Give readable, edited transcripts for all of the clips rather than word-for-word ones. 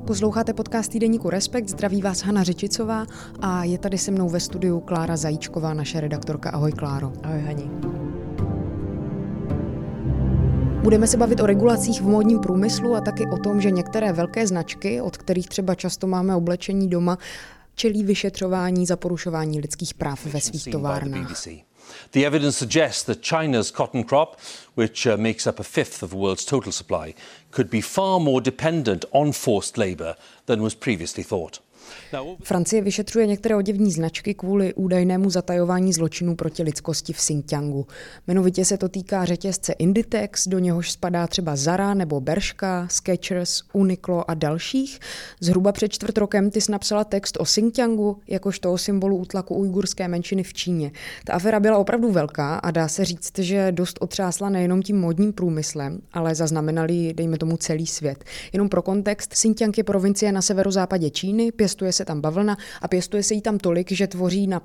Posloucháte podcast týdeníku Respekt, zdraví vás Hana Řičicová a je tady se mnou ve studiu Klára Zajíčková, naše redaktorka. Ahoj Kláro. Ahoj Hani. Budeme se bavit o regulacích v módním průmyslu a taky o tom, že některé velké značky, od kterých třeba často máme oblečení doma, čelí vyšetřování za porušování lidských práv ve svých továrnách. The evidence suggests that China's cotton crop, which makes up a fifth of the world's total supply, could be far more dependent on forced labor than was previously thought. Francie vyšetřuje některé oděvní značky kvůli údajnému zatajování zločinů proti lidskosti v Xinjiangu. Jmenovitě se to týká řetězce Inditex, do něhož spadá třeba Zara nebo Bershka, Skechers, Uniqlo a dalších. Zhruba před čtvrt rokem ty jsi napsala text o Xinjiangu, jakožto o symbolu útlaku ujgurské menšiny v Číně. Ta aféra byla opravdu velká a dá se říct, že dost otřásla nejenom tím módním průmyslem, ale zaznamenali, dejme tomu, celý svět. Jenom pro kontext, Xinjiang je provincie na severozápadě Číny, pěstuje se tam bavlna a pěstuje se jí tam tolik, že tvoří na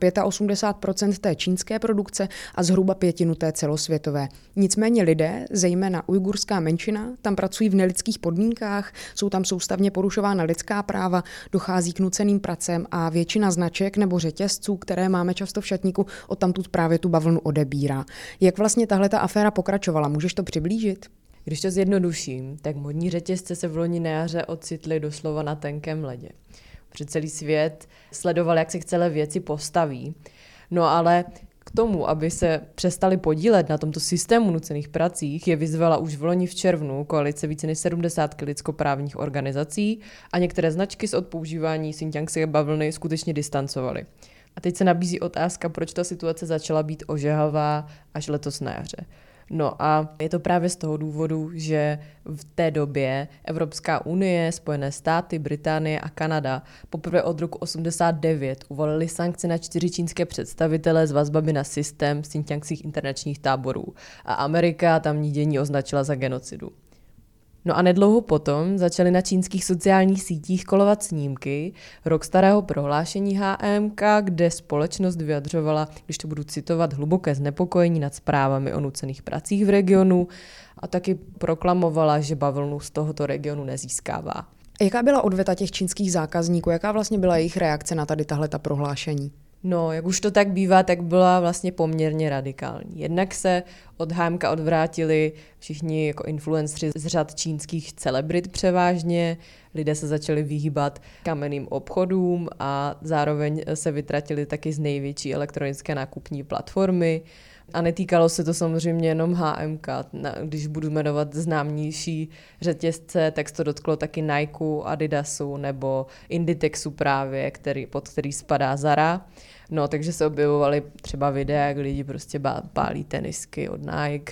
85% té čínské produkce a zhruba pětinu té celosvětové. Nicméně lidé, zejména ujgurská menšina, tam pracují v nelidských podmínkách, jsou tam soustavně porušována lidská práva, dochází k nuceným pracem a většina značek nebo řetězců, které máme často v šatníku, odtamtud právě tu bavlnu odebírá. Jak vlastně tahle ta aféra pokračovala? Můžeš to přiblížit? Když to zjednoduším, tak modní řetězce se v loni na jaře ocitly doslova na tenkém ledě. Před celý svět sledoval, jak se k celé věci postaví. No ale k tomu, aby se přestali podílet na tomto systému nucených pracích, je vyzvala už v loni v červnu koalice více než 70 lidskoprávních organizací a některé značky se od používání xinjiangské bavlny skutečně distancovaly. A teď se nabízí otázka, proč ta situace začala být ožehavá až letos na jaře. No a je to právě z toho důvodu, že v té době Evropská unie, Spojené státy, Británie a Kanada poprvé od roku 1989 uvalili sankce na 4 čínské představitele s vazbami na systém xinjiangských internačních táborů a Amerika tamní dění označila za genocidu. No a nedlouho potom začaly na čínských sociálních sítích kolovat snímky rok starého prohlášení HMK, kde společnost vyjadřovala, když to budu citovat, hluboké znepokojení nad zprávami o nucených pracích v regionu a taky proklamovala, že bavlnu z tohoto regionu nezískává. Jaká byla odveta těch čínských zákazníků? Jaká vlastně byla jejich reakce na tady tahleta prohlášení? No, jak už to tak bývá, tak byla vlastně poměrně radikální. Jednak se od HMK odvrátili všichni jako influenceri z řad čínských celebrit převážně, lidé se začali vyhýbat kamenným obchodům a zároveň se vytratili taky z největší elektronické nákupní platformy. A netýkalo se to samozřejmě jenom HMK. Když budu jmenovat známější řetězce, tak se to dotklo taky Nike, Adidasu nebo Inditexu právě, pod který spadá Zara. No, takže se objevovaly třeba videa, jak lidi prostě pálí tenisky od Nike,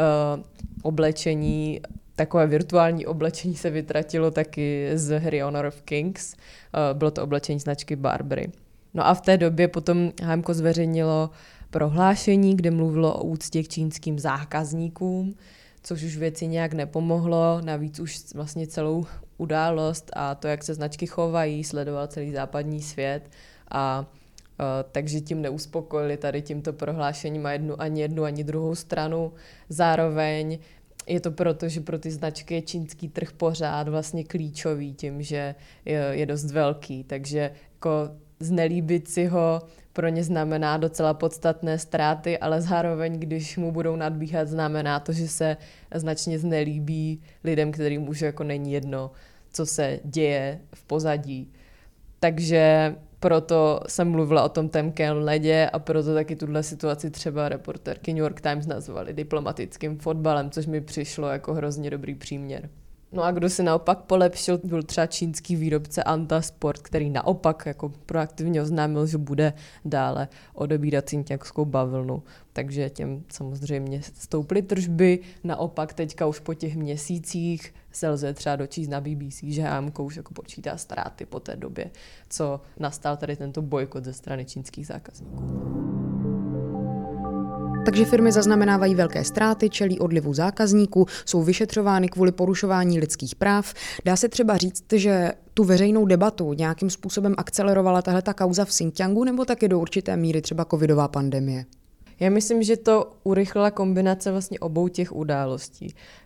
oblečení, takové virtuální oblečení se vytratilo taky z hry Honor of Kings. Bylo to oblečení značky Burberry. No a v té době potom HMK zveřejnilo prohlášení, kde mluvilo o úctě k čínským zákazníkům, což už věci nějak nepomohlo, navíc už vlastně celou událost a to, jak se značky chovají, sledoval celý západní svět a takže tím neuspokojili tady tímto prohlášením ani jednu, ani druhou stranu. Zároveň je to proto, že pro ty značky je čínský trh pořád vlastně klíčový tím, že je dost velký, takže jako znelíbit si ho pro ně znamená docela podstatné ztráty, ale zároveň, když mu budou nadbíhat, znamená to, že se značně znelíbí lidem, kterým už jako není jedno, co se děje v pozadí. Takže proto jsem mluvila o tom tenkém ledě a proto taky tuhle situaci třeba reportérky New York Times nazvali diplomatickým fotbalem, což mi přišlo jako hrozně dobrý příměr. No a kdo si naopak polepšil, byl třeba čínský výrobce Antasport, který naopak jako proaktivně oznámil, že bude dále odebírat xinjiangskou bavlnu. Takže těm samozřejmě stouply tržby. Naopak teďka už po těch měsících se lze třeba dočíst na BBC, že HMK už jako počítá ztráty po té době, co nastal tady tento bojkot ze strany čínských zákazníků. Takže firmy zaznamenávají velké ztráty, čelí odlivu zákazníků, jsou vyšetřovány kvůli porušování lidských práv. Dá se třeba říct, že tu veřejnou debatu nějakým způsobem akcelerovala tahleta kauza v Xinjiangu nebo taky do určité míry třeba covidová pandemie? Já myslím, že to urychlila kombinace vlastně obou těch událostí,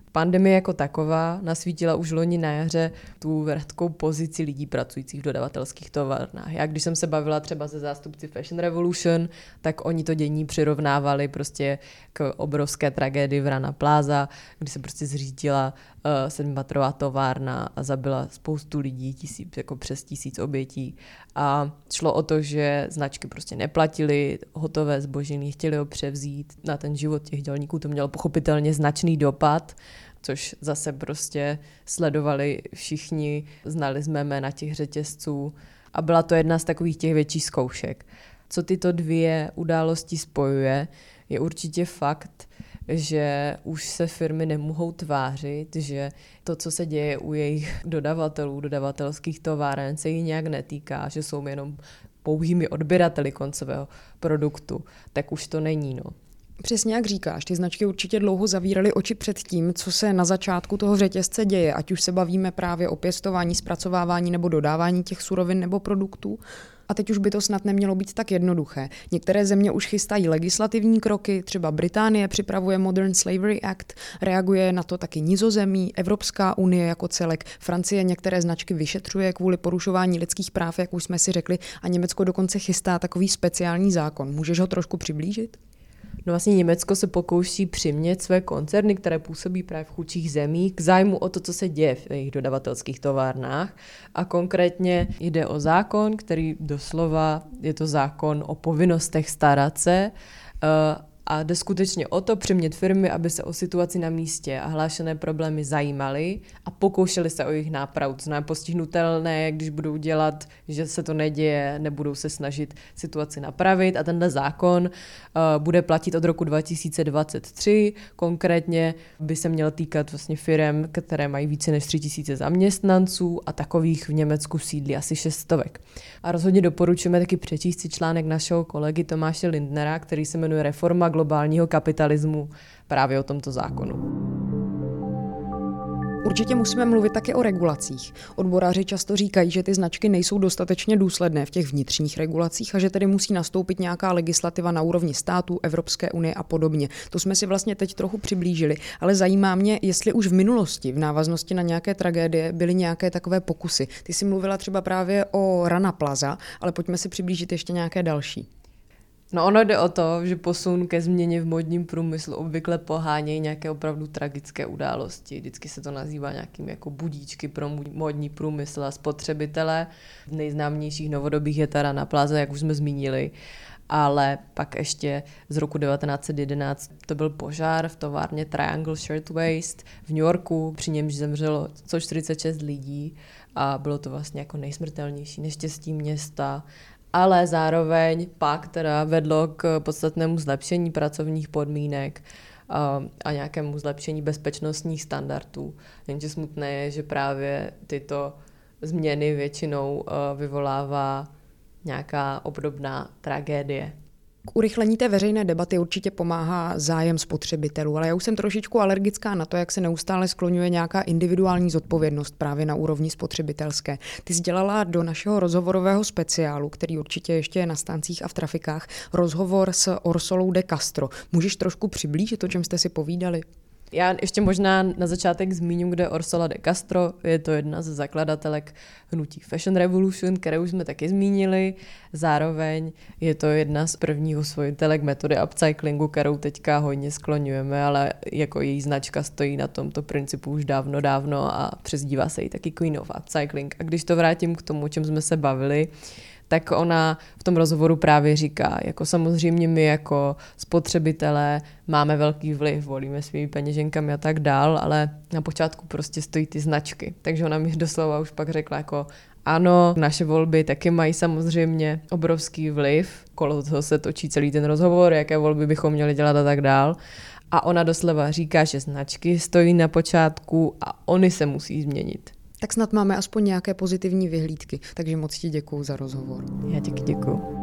Pandemie jako taková nasvítila už loni na jaře tu vrtkou pozici lidí pracujících v dodavatelských továrnách. Já když jsem se bavila třeba se zástupci Fashion Revolution, tak oni to dění přirovnávali prostě k obrovské tragédii v Rana Plaza, kdy se prostě zřítila 7patrová továrna a zabila spoustu lidí, jako přes 1000 obětí. A šlo o to, že značky prostě neplatily, hotové zboží, chtěli ho převzít. Na ten život těch dělníků to mělo pochopitelně značný dopad, což zase prostě sledovali všichni, znali jsme jména těch řetězců a byla to jedna z takových těch větších zkoušek. Co tyto dvě události spojuje, je určitě fakt, že už se firmy nemohou tvářit, že to, co se děje u jejich dodavatelů, dodavatelských továren, se jich nějak netýká, že jsou jenom pouhými odběrateli koncového produktu, tak už to není, no. Přesně jak říkáš, ty značky určitě dlouho zavíraly oči před tím, co se na začátku toho řetězce děje, ať už se bavíme právě o pěstování, zpracovávání nebo dodávání těch surovin nebo produktů. A teď už by to snad nemělo být tak jednoduché. Některé země už chystají legislativní kroky, třeba Británie připravuje Modern Slavery Act, reaguje na to taky Nizozemí, Evropská unie jako celek, Francie některé značky vyšetřuje kvůli porušování lidských práv, jak už jsme si řekli, a Německo dokonce chystá takový speciální zákon. Můžeš ho trošku přiblížit? No vlastně Německo se pokouší přimět své koncerny, které působí právě v chudších zemích, k zájmu o to, co se děje v jejich dodavatelských továrnách. A konkrétně jde o zákon, který doslova je to zákon o povinnostech starat se, a jde skutečně o to přimět firmy, aby se o situaci na místě a hlášené problémy zajímaly a pokoušeli se o jejich nápravu. To znamená postihnutelné, když budou dělat, že se to neděje, nebudou se snažit situaci napravit. A tenhle zákon bude platit od roku 2023. Konkrétně by se měl týkat vlastně firem, které mají více než 3000 zaměstnanců a takových v Německu sídlí asi 600. A rozhodně doporučujeme taky přečíst si článek našeho kolegy Tomáše Lindnera, který se jmenuje Reforma globálního kapitalismu, právě o tomto zákonu. Určitě musíme mluvit také o regulacích. Odboráři často říkají, že ty značky nejsou dostatečně důsledné v těch vnitřních regulacích a že tedy musí nastoupit nějaká legislativa na úrovni států, Evropské unie a podobně. To jsme si vlastně teď trochu přiblížili, ale zajímá mě, jestli už v minulosti, v návaznosti na nějaké tragédie, byly nějaké takové pokusy. Ty jsi mluvila třeba právě o Rana Plaza, ale pojďme si přiblížit ještě nějaké další. No ono jde o to, že posun ke změně v módním průmyslu obvykle pohánějí nějaké opravdu tragické události. Vždycky se to nazývá nějakým jako budíčky pro módní průmysl a spotřebitele. Z nejznámějších novodobých je ta Rana Plaza, jak už jsme zmínili. Ale pak ještě z roku 1911 to byl požár v továrně Triangle Shirtwaist v New Yorku, při němž zemřelo 146 lidí a bylo to vlastně jako nejsmrtelnější neštěstí města. Ale zároveň pak teda vedlo k podstatnému zlepšení pracovních podmínek a nějakému zlepšení bezpečnostních standardů. Jenže smutné je, že právě tyto změny většinou vyvolává nějaká obdobná tragédie. K urychlení té veřejné debaty určitě pomáhá zájem spotřebitelů, ale já už jsem trošičku alergická na to, jak se neustále skloňuje nějaká individuální zodpovědnost právě na úrovni spotřebitelské. Ty jsi dělala do našeho rozhovorového speciálu, který určitě ještě je na stáncích a v trafikách, rozhovor s Orsolou de Castro. Můžeš trošku přiblížit, o čem jste si povídali? Já ještě možná na začátek zmíním, kde je Orsola de Castro. Je to jedna ze zakladatelek hnutí Fashion Revolution, které už jsme taky zmínili. Zároveň je to jedna z prvních osvojitelek metody upcyclingu, kterou teďka hodně skloňujeme, ale jako její značka stojí na tomto principu už dávno a přezdívá se jí taky Queen of Upcycling. A když to vrátím k tomu, o čem jsme se bavili, tak ona v tom rozhovoru právě říká, jako samozřejmě my jako spotřebitelé máme velký vliv, volíme svými peněženkami a tak dál, ale na počátku prostě stojí ty značky. Takže ona mi doslova už pak řekla jako ano, naše volby taky mají samozřejmě obrovský vliv, kolem toho se točí celý ten rozhovor, jaké volby bychom měli dělat a tak dál. A ona doslova říká, že značky stojí na počátku a oni se musí změnit. Tak snad máme aspoň nějaké pozitivní vyhlídky, takže moc ti děkuju za rozhovor. Já taky děkuju.